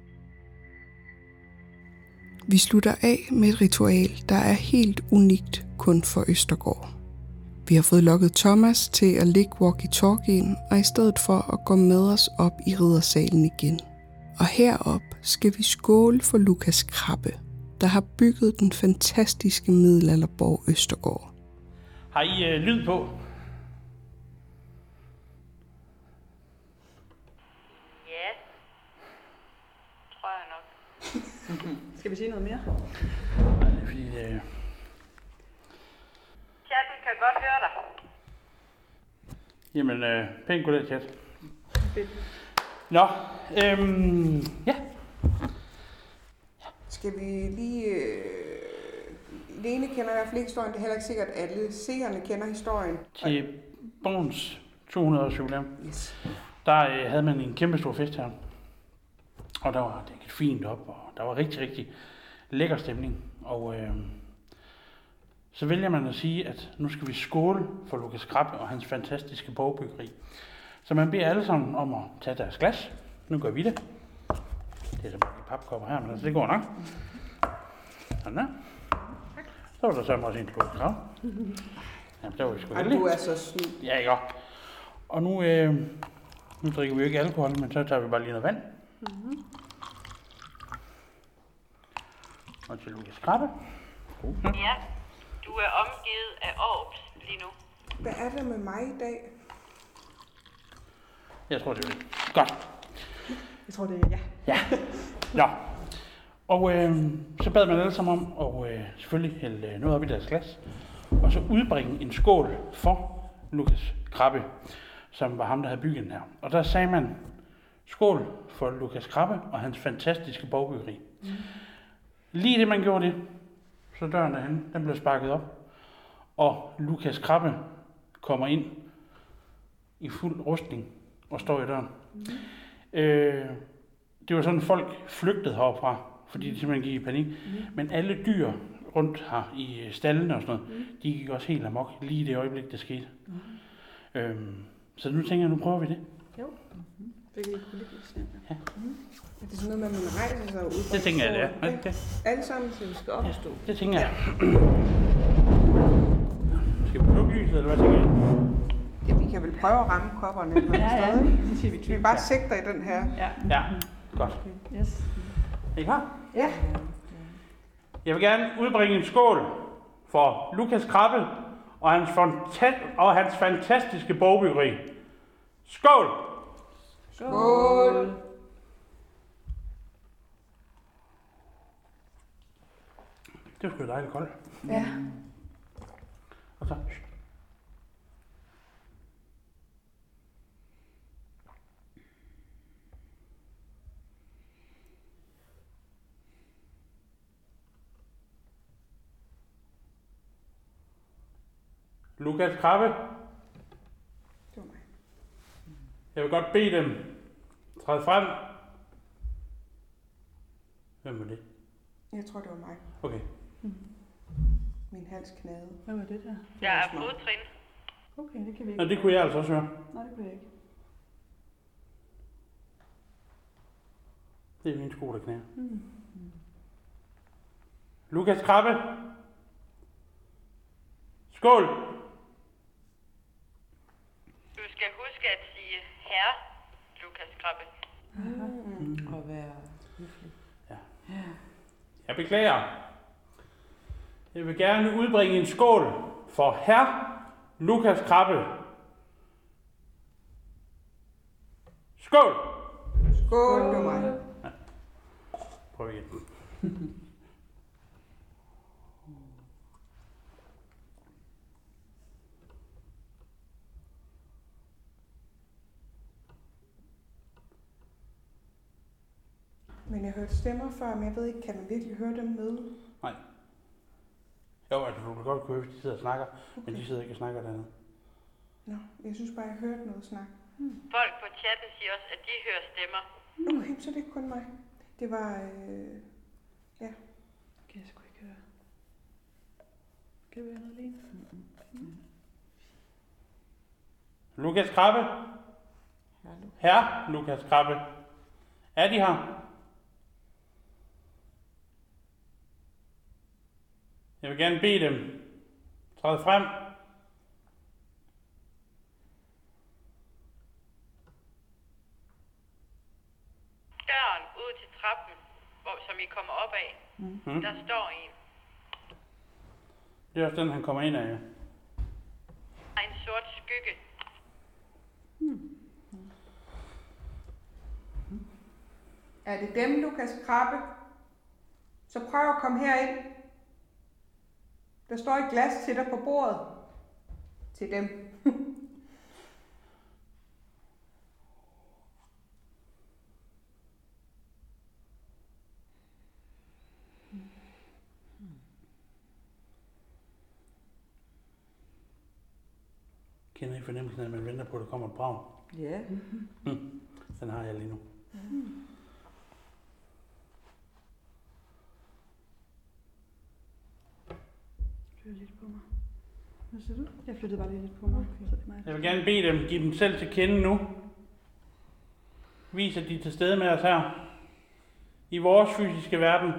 Vi slutter af med et ritual, der er helt unikt kun for Østergaard. Vi har fået lokket Thomas til at ligge walkie-talkien, og i stedet for at gå med os op i riddersalen igen. Og herop skal vi skåle for Lukas Krabbe, der har bygget den fantastiske middelalderborg Østergaard. Har I øh, lyd på? Ja. Tror jeg nok. Skal vi sige noget mere? Nej, det er fordi, øh... Chatten kan godt høre dig. Jamen, øh, pænt goddag, chat. Fedt. Nå, øhm, ja. Skal vi lige... Øh... Lene kender i hvert fald ikke historien. Det er heller ikke sikkert, at alle seerne kender historien. Til Bogens to hundrede års jubilæum, Yes. der øh, havde man en kæmpe stor fest her. Og der var dækket fint op, og der var rigtig, rigtig lækker stemning. Og øh, så vælger man at sige, at nu skal vi skåle for Lukas Krabbe og hans fantastiske borgbyggeri. Så man beder alle sammen om at tage deres glas. Nu gør vi det. Det er så mange papkopper her, men altså, det går nok. Sådan der. Så var der så også en Lukas Krabbe. Jamen, der var vi sgu Ej, heldige. du er så snyd. Ja, ikke? Og nu, øh, nu drikker vi jo ikke alkohol, men så tager vi bare lige noget vand. Mm-hmm. Og til Lukas Krabbe. Uh, ja. Ja, du er omgivet af orbs lige nu. Hvad er det med mig i dag? Jeg tror, det er det. Godt. Jeg tror, det er ja. Ja. Nå. Og øh, så bad man alle sammen om at øh, selvfølgelig hælde noget op i deres glas. Og så udbringe en skål for Lukas Krabbe, som var ham, der havde bygget den her. Og der sagde man, skål for Lukas Krabbe og hans fantastiske borgbyggeri. Mm. Lige det, man gjorde det, så døren derhen, den blev sparket op. Og Lukas Krabbe kommer ind i fuld rustning og står i døren. Mm. Øh, det var sådan, folk flygtede heropfra, fordi de simpelthen gik i panik. Mm. Men alle dyr rundt her i stallene og sådan noget, mm. de gik også helt amok lige i det øjeblik, det skete. Mm. Øhm, så nu tænker jeg, nu prøver vi det. Jo. Mm-hmm. Det kan I kunne lide. Ja. Mm. Er det sådan noget med, at man rejser sig ud? Det tænker jeg, det er. Ja, okay. Alle sammen, så vi skal op og stå. Det tænker jeg. Skal vi lukke lyset, eller hvad tænker jeg? Ja, vi kan vel prøve at ramme kopperne. Ja, ja. Det siger vi Vi bare sigter i den her. Ja. Ja, godt. Yes. Er I klar? Ja. Jeg vil gerne udbringe en skål for Lukas Krabbe og hans, fanta- og hans fantastiske borgbyggeri. Skål! Skål! Det var sgu dejligt koldt. Ja. Og så... Lukas Krabbe, Det var mig. jeg vil godt bede dem træde frem. Hvem var det? Jeg tror, det var mig. Okay. Min hals knagede. Hvad var det der? Jeg er fodtrin. Okay, det kan vi ikke. Nå, det kunne jeg altså også høre. Nej, det kunne jeg ikke. Det er min sko, der knærer. Mm. Lukas Krabbe. Skål! Du skal huske at sige herre, Lukas Krabbe. Mm. Og være høflig. Ja. Jeg beklager. Jeg vil gerne udbringe en skål for herr Lukas Krabbe. Skål! Skål, det var mig. Ja. Prøv igen. Men jeg hørte stemmer før, men jeg ved ikke, kan man virkelig høre dem med? Nej. Jo, altså du kan godt høre, hvis de sidder og snakker, okay. Men de sidder ikke og snakker dernede. Nå, jeg synes bare, jeg hørte noget snak. Folk på chatten siger også, at de hører stemmer. Okay, så det er ikke kun mig. Det var, øh, ja. Kan jeg sgu ikke høre. Kan vi høre noget alene? Lukas Krabbe? Herr Lukas Krabbe? Er de her? Jeg vil gerne bede dem. Træd frem. Døren ud til trappen, hvor, som I kommer op af, Mm. der står en. Det er også den, han kommer ind af, ja. Der er en sort skygge. Er det dem, Lukas Krabbe? Så prøv at komme herind. Der står et glas til dig på bordet. Til dem. Kender I fornemmelsen af, at man venter på, at der kommer et brag? Ja. Mm. Den har jeg lige nu. Mm. Flytter lidt på mig. Hvad siger du? Jeg flyttede bare lige lidt på mig. Okay. Så det er mig. Jeg vil gerne bede dem, give dem selv til kende nu. Vis, at de er til stede med os her. I vores fysiske verden.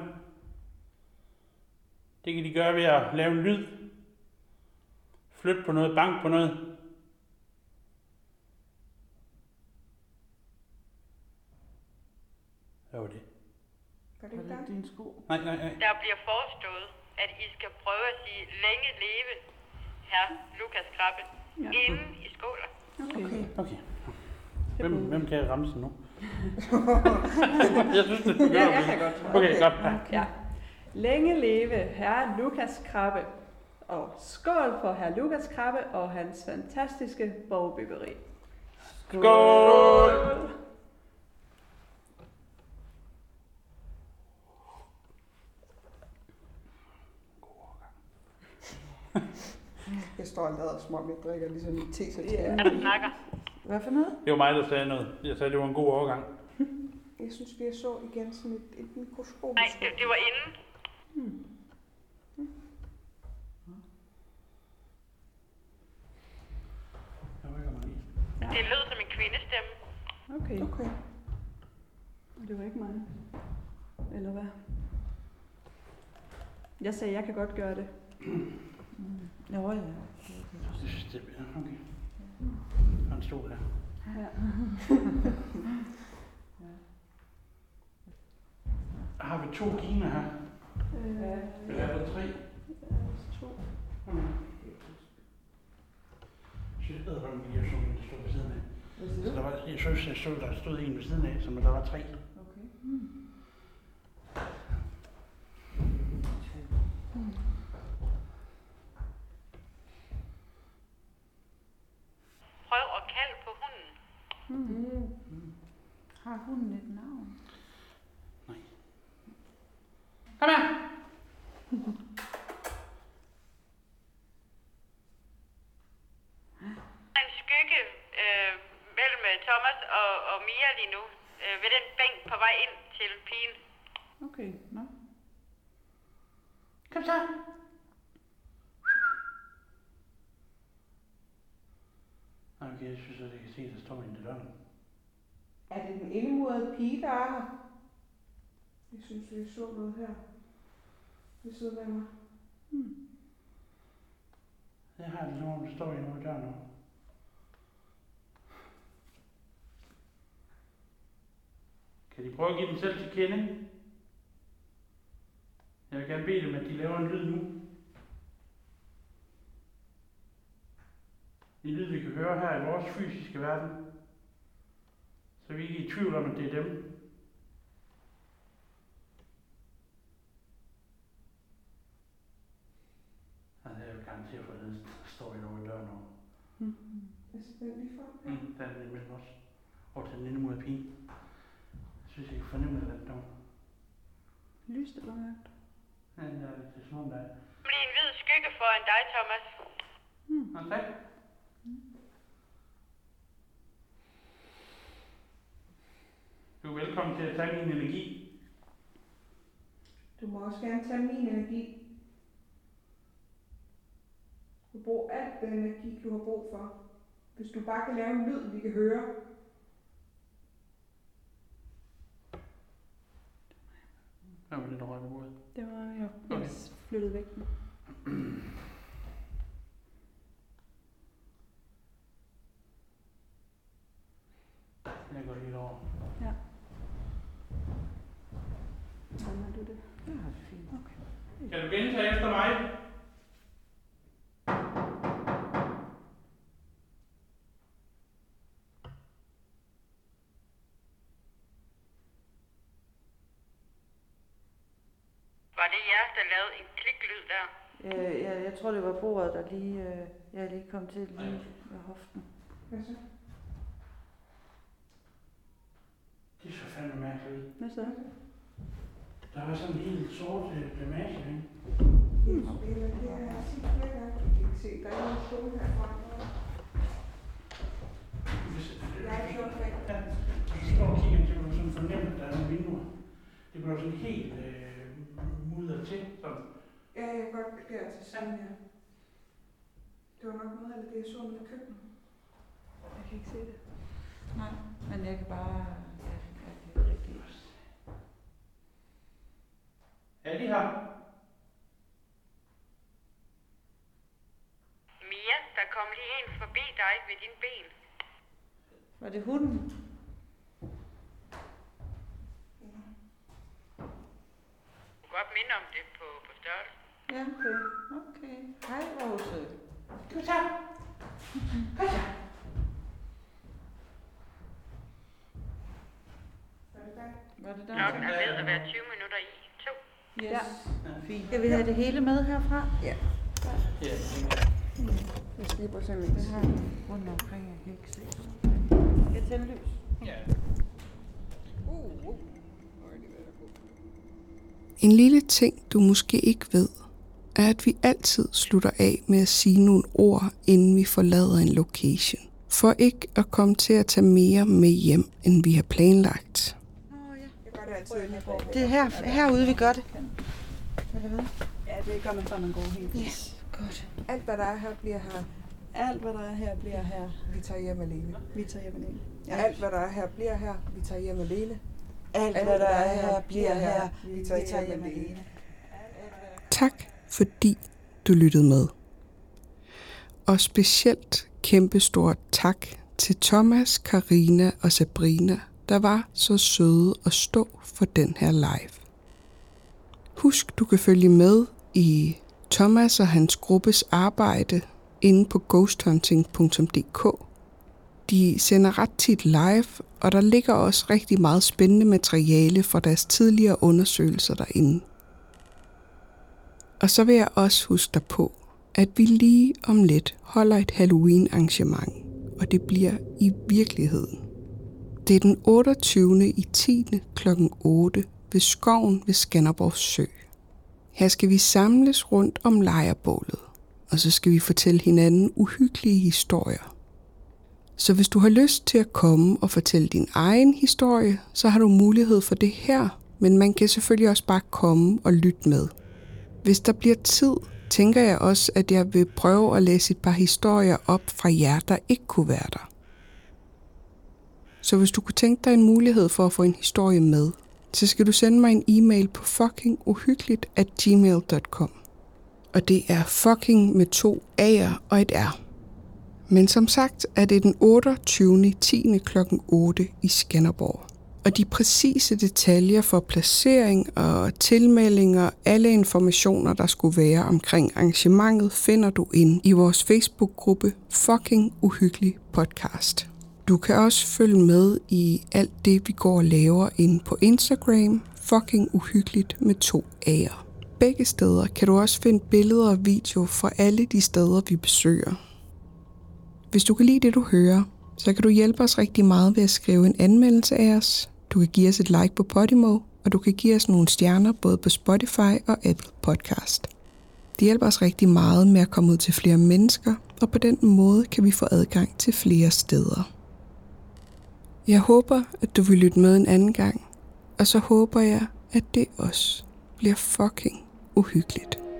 Det kan de gøre ved at lave en lyd. Flytte på noget, bank på noget. Hvad var det? Gør det Var ikke det dig? din sko? Nej, nej, nej. Der bliver forestået, at I skal prøve at sige længe leve, herr Lukas Krabbe, Ja. inden I skåler. Okay. Okay. Okay. Hvem, hvem kan jeg ramse nu? Jeg synes, det er Ja, jeg kan godt. Okay, godt. Ja. Ja. Længe leve herr Lukas Krabbe. Og skål for herr Lukas Krabbe og hans fantastiske borgbyggeri. Skål! Jeg står og lader som om jeg drikker ligesom en te, så Ja. Der snakker. Hvad for noget? Det var mig, der sagde noget. Jeg sagde, det var en god overgang. Jeg synes, vi så igen sådan et, et mikroskop. Nej, det, det var inden. Jeg rykker mig lige. Det lød som en kvindestemme. Okay. Okay. Og det var ikke mig. Eller hvad? Jeg sagde, jeg kan godt gøre det. Nå ja. Jeg synes, det er okay. Der er en stol her. Ja. Har vi to giner her? Øh, Eller er der tre? to. Okay. Jeg synes, at der var en jeg så en, der stod ved siden af. Så der var, jeg synes, jeg så, der stod en ved siden af, så der var tre. Okay. Prøv at kalde på hunden. Mm. Har hunden et navn? Nej. Kom her! En skygge øh, mellem Thomas og, og Mia lige nu. Øh, ved den bænk på vej ind til pigen. Okay, nå. Kom så! Okay, jeg synes, at jeg kan se, at der står en i døren. Er det den indmurede pige, der er her? Jeg synes, vi så noget her. Ved siden af mig. Hmm. Jeg har det som om, der står en over i døren nu. Kan de prøve at give dem selv til kende? Jeg vil gerne bede dem, at de laver en lyd nu. En lyd, vi kan høre her i vores fysiske verden. Så vi er ikke i tvivl om, at det er dem. Altså, jeg vil garantere for, at der står en over i døren nu. Jeg skal lige for. Mm, der er det mellem os. Over til den inde mod pigen. Jeg synes, jeg kan fornemme, at det er dog. Lyst eller mørkt? Ja, det er lidt som om, der er. Bliv en hvid skygge foran dig, Thomas. Hmm. Nå, tak. komme til at tage min energi. Du må også gerne tage min energi. Du bruger alt den energi, du har brug for. Hvis du bare kan lave en lyd, vi kan høre. Hvad var det, der røg på bordet? Det var jo Okay. flyttet væk. Jeg går lige over. Ja. Hvordan har du det? Jeg har det fint. Okay. Kan du gentage efter mig? Var det jer, der lavede en kliklyd der? Øh, jeg, jeg tror, det var bordet, der lige, øh, jeg lige kom til lige ved hoften. Hvad så? Det er så fandme mærkeligt. Hvad så? Der var sådan en helt sort øh, bemærkning, ikke? Mm. Det er det, jeg har set flere gange. Jeg kan ikke se, der er en stol herfra. Jeg er ikke gjort fag. Ja, hvis du står og kigger, så kan du sådan fornemme, at der er nogle vinduer. Det bliver sådan helt øh, mudret til. Sådan. Ja, jeg kan godt der til siden her. Det var nok noget af det, jeg så med køkkenet. Jeg kan ikke se det. Nej, men jeg kan bare... Ja, jeg kan ikke rigtig... Er de her? Mia, der kom lige en forbi dig ved dine ben. Var det hunden? Du kan godt minde om det på, på størrelse. Ja, okay. Okay. Hej, Rose. Kom så. Kom så. Var det der? Klokken er ved at være tyve minutter i to. Yes. Ja. Fint. Skal vi have det hele med herfra? Ja. Ja, Jeg slipper Det simpelthen. har jeg rundt omkring, jeg kan ikke se. Jeg tænder lys. ja. En lille ting, du måske ikke ved, er, at vi altid slutter af med at sige nogle ord, inden vi forlader en location. For ikke at komme til at tage mere med hjem, end vi har planlagt. Jeg gør det altid, inden jeg går. Det er her, herude, vi gør det. Eller hvad? Ja, det gør man, før man går helt. Yes. Godt. Alt, hvad der er her, bliver her. Alt, hvad der er her, bliver her. Vi tager hjem alene. Vi tager hjem alene. Ja. Alt, hvad der er her, bliver her. Vi tager hjem alene. Alt, hvad der er her, bliver her. Vi tager hjem alene. Tak, fordi du lyttede med. Og specielt kæmpestort tak til Thomas, Karina og Sabrina, der var så søde at stå for den her live. Husk, du kan følge med i Thomas og hans gruppes arbejde inde på ghost hunting punktum d k. De sender ret tit live, og der ligger også rigtig meget spændende materiale fra deres tidligere undersøgelser derinde. Og så vil jeg også huske dig på, at vi lige om lidt holder et Halloween-arrangement, og det bliver i virkeligheden. Det er den otteogtyvende i tiende klokken otte ved skoven ved Skanderborg Sø. Her skal vi samles rundt om lejrbålet, og så skal vi fortælle hinanden uhyggelige historier. Så hvis du har lyst til at komme og fortælle din egen historie, så har du mulighed for det her, men man kan selvfølgelig også bare komme og lytte med. Hvis der bliver tid, tænker jeg også, at jeg vil prøve at læse et par historier op fra jer, der ikke kunne være der. Så hvis du kunne tænke dig en mulighed for at få en historie med, så skal du sende mig en e-mail på fucking uhyggeligt at gmail punktum com. Og det er fucking med to A'er og et R. Men som sagt er det den otteogtyvende i tiende klokken otte i Skanderborg. Og de præcise detaljer for placering og tilmeldinger, alle informationer, der skulle være omkring arrangementet, finder du inde i vores Facebook-gruppe Fucking Uhyggelig Podcast. Du kan også følge med i alt det, vi går og laver inde på Instagram, Fucking Uhyggeligt med to A'er. Begge steder kan du også finde billeder og video fra alle de steder, vi besøger. Hvis du kan lide det, du hører, så kan du hjælpe os rigtig meget ved at skrive en anmeldelse af os. Du kan give os et like på Podimo, og du kan give os nogle stjerner både på Spotify og Apple Podcast. Det hjælper os rigtig meget med at komme ud til flere mennesker, og på den måde kan vi få adgang til flere steder. Jeg håber, at du vil lytte med en anden gang, Og så håber jeg, at det også bliver fucking uhyggeligt.